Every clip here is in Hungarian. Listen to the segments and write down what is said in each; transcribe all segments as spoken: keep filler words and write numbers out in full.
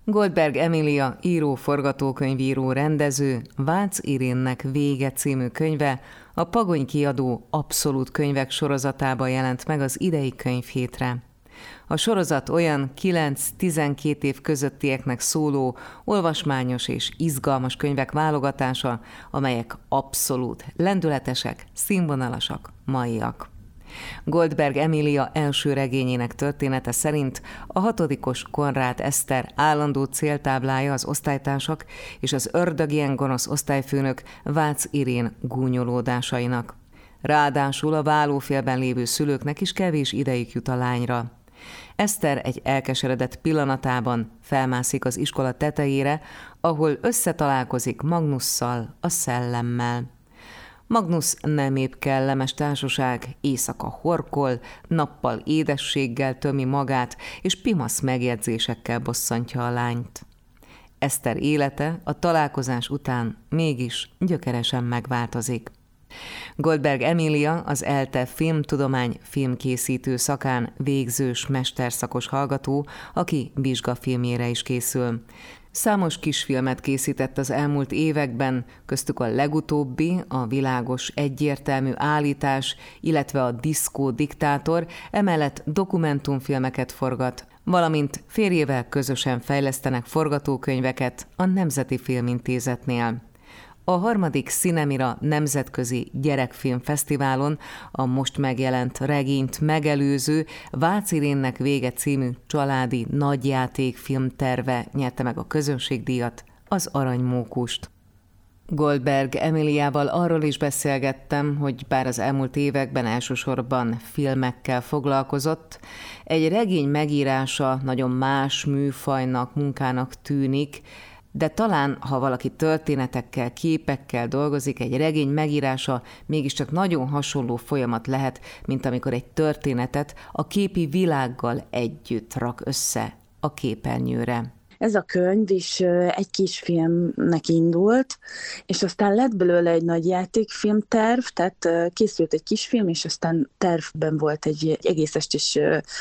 Goldberg Emília író, forgatókönyvíró, rendező Vácz Irénnek vége című könyve a Pagony kiadó Abszolút könyvek sorozatában jelent meg az idei könyvhétre. A sorozat olyan kilenc-tizenkét év közöttieknek szóló, olvasmányos és izgalmas könyvek válogatása, amelyek abszolút lendületesek, színvonalasak, maiak. Goldberg Emília első regényének története szerint a hatodikos Konrád Eszter állandó céltáblája az osztálytársak és az ördögien gonosz osztályfőnök Vácz Irén gúnyolódásainak. Ráadásul a válófélben lévő szülőknek is kevés idejük jut a lányra. Eszter egy elkeseredett pillanatában felmászik az iskola tetejére, ahol összetalálkozik Magnusszal, a szellemmel. Magnus nem épp kellemes társaság, éjszaka horkol, nappal édességgel tömi magát, és pimasz megjegyzésekkel bosszantja a lányt. Eszter élete a találkozás után mégis gyökeresen megváltozik. Goldberg Emília az ELTE filmtudomány filmkészítő szakán végzős mesterszakos hallgató, aki vizsgafilmjére is készül. Számos kisfilmet készített az elmúlt években, köztük a legutóbbi, a Világos egyértelmű állítás, illetve a Diszkó diktátor, emellett dokumentumfilmeket forgat, valamint férjével közösen fejlesztenek forgatókönyveket a Nemzeti Filmintézetnél. A harmadik Cinemira nemzetközi gyerekfilmfesztiválon a most megjelent regényt megelőző Vácz Irénnek vége című családi nagyjátékfilm terve nyerte meg a közönségdíjat, az Aranymókust. Goldberg Emíliával arról is beszélgettem, hogy bár az elmúlt években elsősorban filmekkel foglalkozott, egy regény megírása nagyon más műfajnak, munkának tűnik, de talán, ha valaki történetekkel, képekkel dolgozik, egy regény megírása mégiscsak nagyon hasonló folyamat lehet, mint amikor egy történetet a képi világgal együtt rak össze a képernyőre. Ez a könyv is egy kisfilmnek indult, és aztán lett belőle egy nagy játékfilmterv, tehát készült egy kisfilm, és aztán tervben volt egy, egy egész estés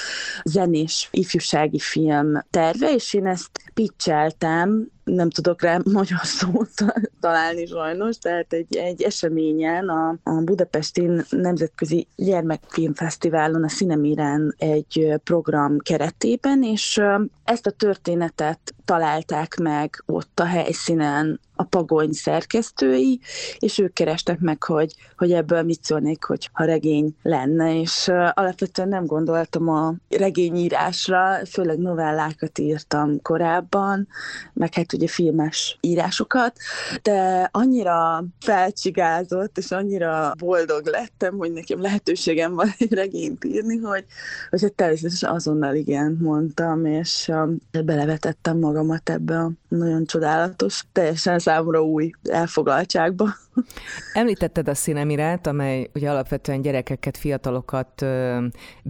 zenés ifjúsági film terve, és én ezt pitcheltem, nem tudok rá magyar szót találni sajnos, tehát egy, egy eseményen, a, a Budapesti Nemzetközi Gyermekfilmfesztiválon, a Cinemirán egy program keretében, és ezt a történetet találták meg ott a helyszínen a Pagony szerkesztői, és ők kerestek meg, hogy, hogy ebből mit szólnék, hogy ha regény lenne, és uh, alapvetően nem gondoltam a regényírásra, főleg novellákat írtam korábban, meg hát ugye filmes írásokat, de annyira felcsigázott, és annyira boldog lettem, hogy nekem lehetőségem van egy regényt írni, hogy, hogy hát természetesen azonnal igen mondtam, és um, belevetettem magamat ebbe a nagyon csodálatos, teljesen számomra új elfoglaltságba. Említetted a Cinemirát, amely ugye alapvetően gyerekeket, fiatalokat ö,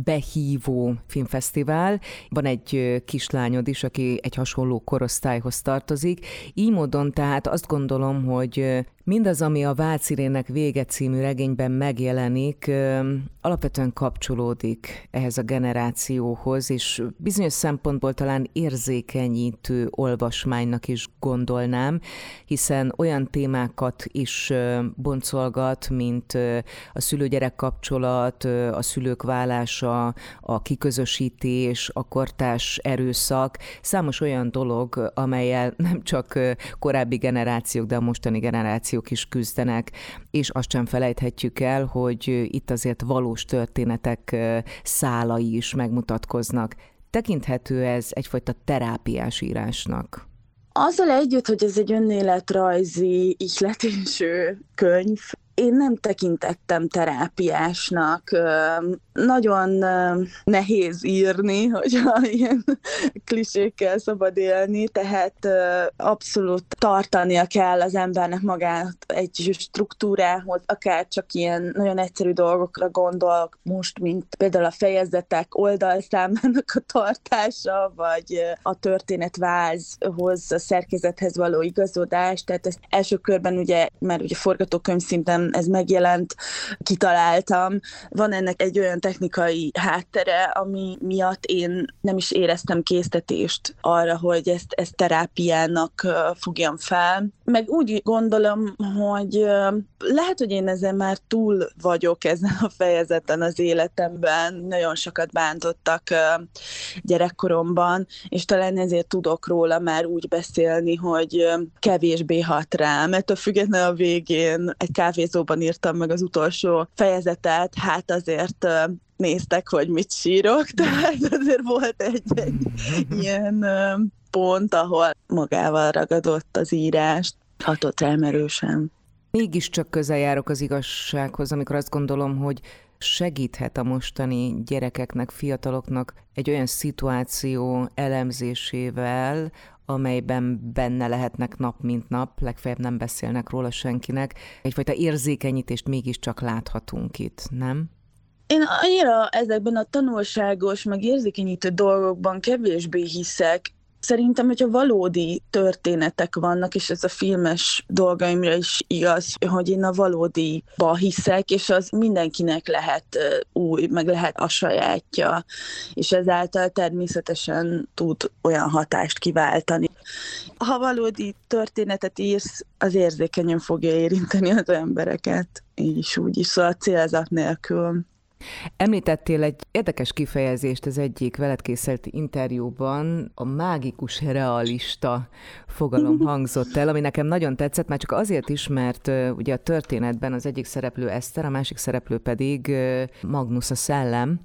behívó filmfesztivál. Van egy ö, kislányod is, aki egy hasonló korosztályhoz tartozik. Így módon tehát azt gondolom, hogy ö, mindaz, ami a Vácz Irénnek vége című regényben megjelenik, ö, alapvetően kapcsolódik ehhez a generációhoz, és bizonyos szempontból talán érzékenyítő olvasmánynak is gondolnám, hiszen olyan témákat is boncolgat, mint a szülő-gyerek kapcsolat, a szülők válása, a kiközösítés, a kortárs erőszak, számos olyan dolog, amellyel nem csak korábbi generációk, de a mostani generációk is küzdenek, és azt sem felejthetjük el, hogy itt azért valós történetek szálai is megmutatkoznak. Tekinthető ez egyfajta terápiás írásnak? Azzal együtt, hogy ez egy önéletrajzi, ihletésű könyv, én nem tekintettem terápiásnak. Nagyon nehéz írni, hogyha ilyen klisékkel szabad élni, tehát abszolút tartania kell az embernek magát egy struktúrához, akár csak ilyen nagyon egyszerű dolgokra gondolok most, mint például a fejezetek oldalszámának a tartása, vagy a történetvázhoz, a szerkezethez való igazodás. Tehát ezt első körben ugye, mert ugye forgatókönyv szinten ahonnan ez megjelent, kitaláltam. Van ennek egy olyan technikai háttere, ami miatt én nem is éreztem késztetést arra, hogy ezt, ezt terápiának fogjam fel. Meg úgy gondolom, hogy lehet, hogy én ezen már túl vagyok ezen a fejezeten az életemben. Nagyon sokat bántottak gyerekkoromban, és talán ezért tudok róla már úgy beszélni, hogy kevésbé hat rám. Ettől függetlenül a végén egy kávézóban írtam meg az utolsó fejezetet, hát azért néztek, hogy mit sírok, tehát azért volt egy, egy ilyen pont, ahol magával ragadott az írást, hatott rám erősen. Mégiscsak közel járok az igazsághoz, amikor azt gondolom, hogy segíthet a mostani gyerekeknek, fiataloknak egy olyan szituáció elemzésével, amelyben benne lehetnek nap mint nap, legfeljebb nem beszélnek róla senkinek. Egyfajta érzékenyítést mégiscsak láthatunk itt, nem? Én annyira ezekben a tanulságos, meg érzékenyítő dolgokban kevésbé hiszek. Szerintem, hogyha valódi történetek vannak, és ez a filmes dolgaimra is igaz, hogy én a valódiba hiszek, és az mindenkinek lehet új, meg lehet a sajátja, és ezáltal természetesen tud olyan hatást kiváltani. Ha valódi történetet írsz, az érzékenyen fogja érinteni az embereket, így is úgy is, szóval célzat nélkül. Említettél egy érdekes kifejezést az egyik veled készült interjúban, a mágikus realista fogalom hangzott el, ami nekem nagyon tetszett, már csak azért is, mert uh, ugye a történetben az egyik szereplő Eszter, a másik szereplő pedig uh, Magnus a szellem,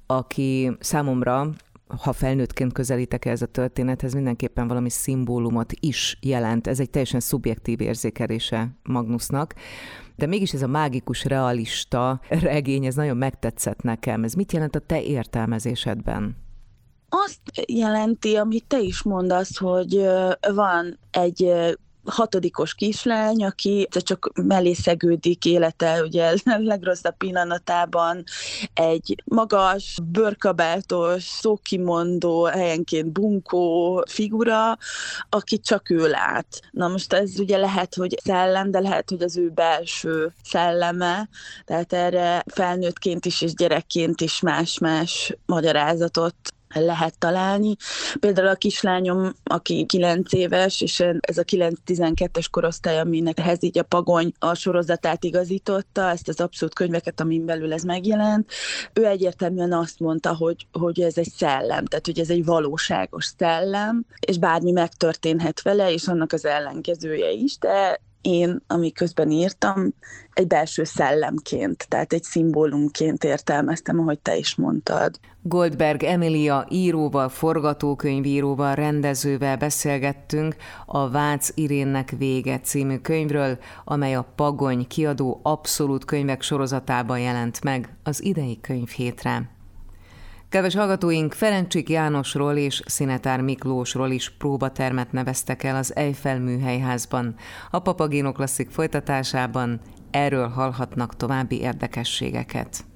aki számomra, ha felnőttként közelítek ez a történethez, mindenképpen valami szimbólumot is jelent. Ez egy teljesen szubjektív érzékelése Magnusnak. De mégis ez a mágikus realista regény, ez nagyon megtetszett nekem. Ez mit jelent a te értelmezésedben? Azt jelenti, amit te is mondasz, hogy van egy hatodikos kislány, aki csak mellé szegődik élete, ugye a legrosszabb pillanatában egy magas, bőrkabátos, szókimondó, helyenként bunkó figura, aki csak ő lát. Na most ez ugye lehet, hogy szellem, de lehet, hogy az ő belső szelleme, tehát erre felnőttként is és gyerekként is más-más magyarázatot lehet találni. Például a kislányom, aki kilenc éves, és ez a kilenc-tizenkettes korosztály, aminek ehhez így a Pagony a sorozatát igazította, ezt az abszolút könyveket, amin belül ez megjelent. Ő egyértelműen azt mondta, hogy, hogy ez egy szellem, tehát hogy ez egy valóságos szellem, és bármi megtörténhet vele, és annak az ellenkezője is, de én, amiközben írtam, egy belső szellemként, tehát egy szimbólumként értelmeztem, ahogy te is mondtad. Goldberg Emilia íróval, forgatókönyvíróval, rendezővel beszélgettünk a Vácz Irénnek vége című könyvről, amely a Pagony kiadó abszolút könyvek sorozatában jelent meg az idei könyvhétre. Kedves hallgatóink, Ferencsik Jánosról és Szinetár Miklósról is próbatermet neveztek el az Eiffel Műhelyházban. A Papagéno Klasszik folytatásában erről hallhatnak további érdekességeket.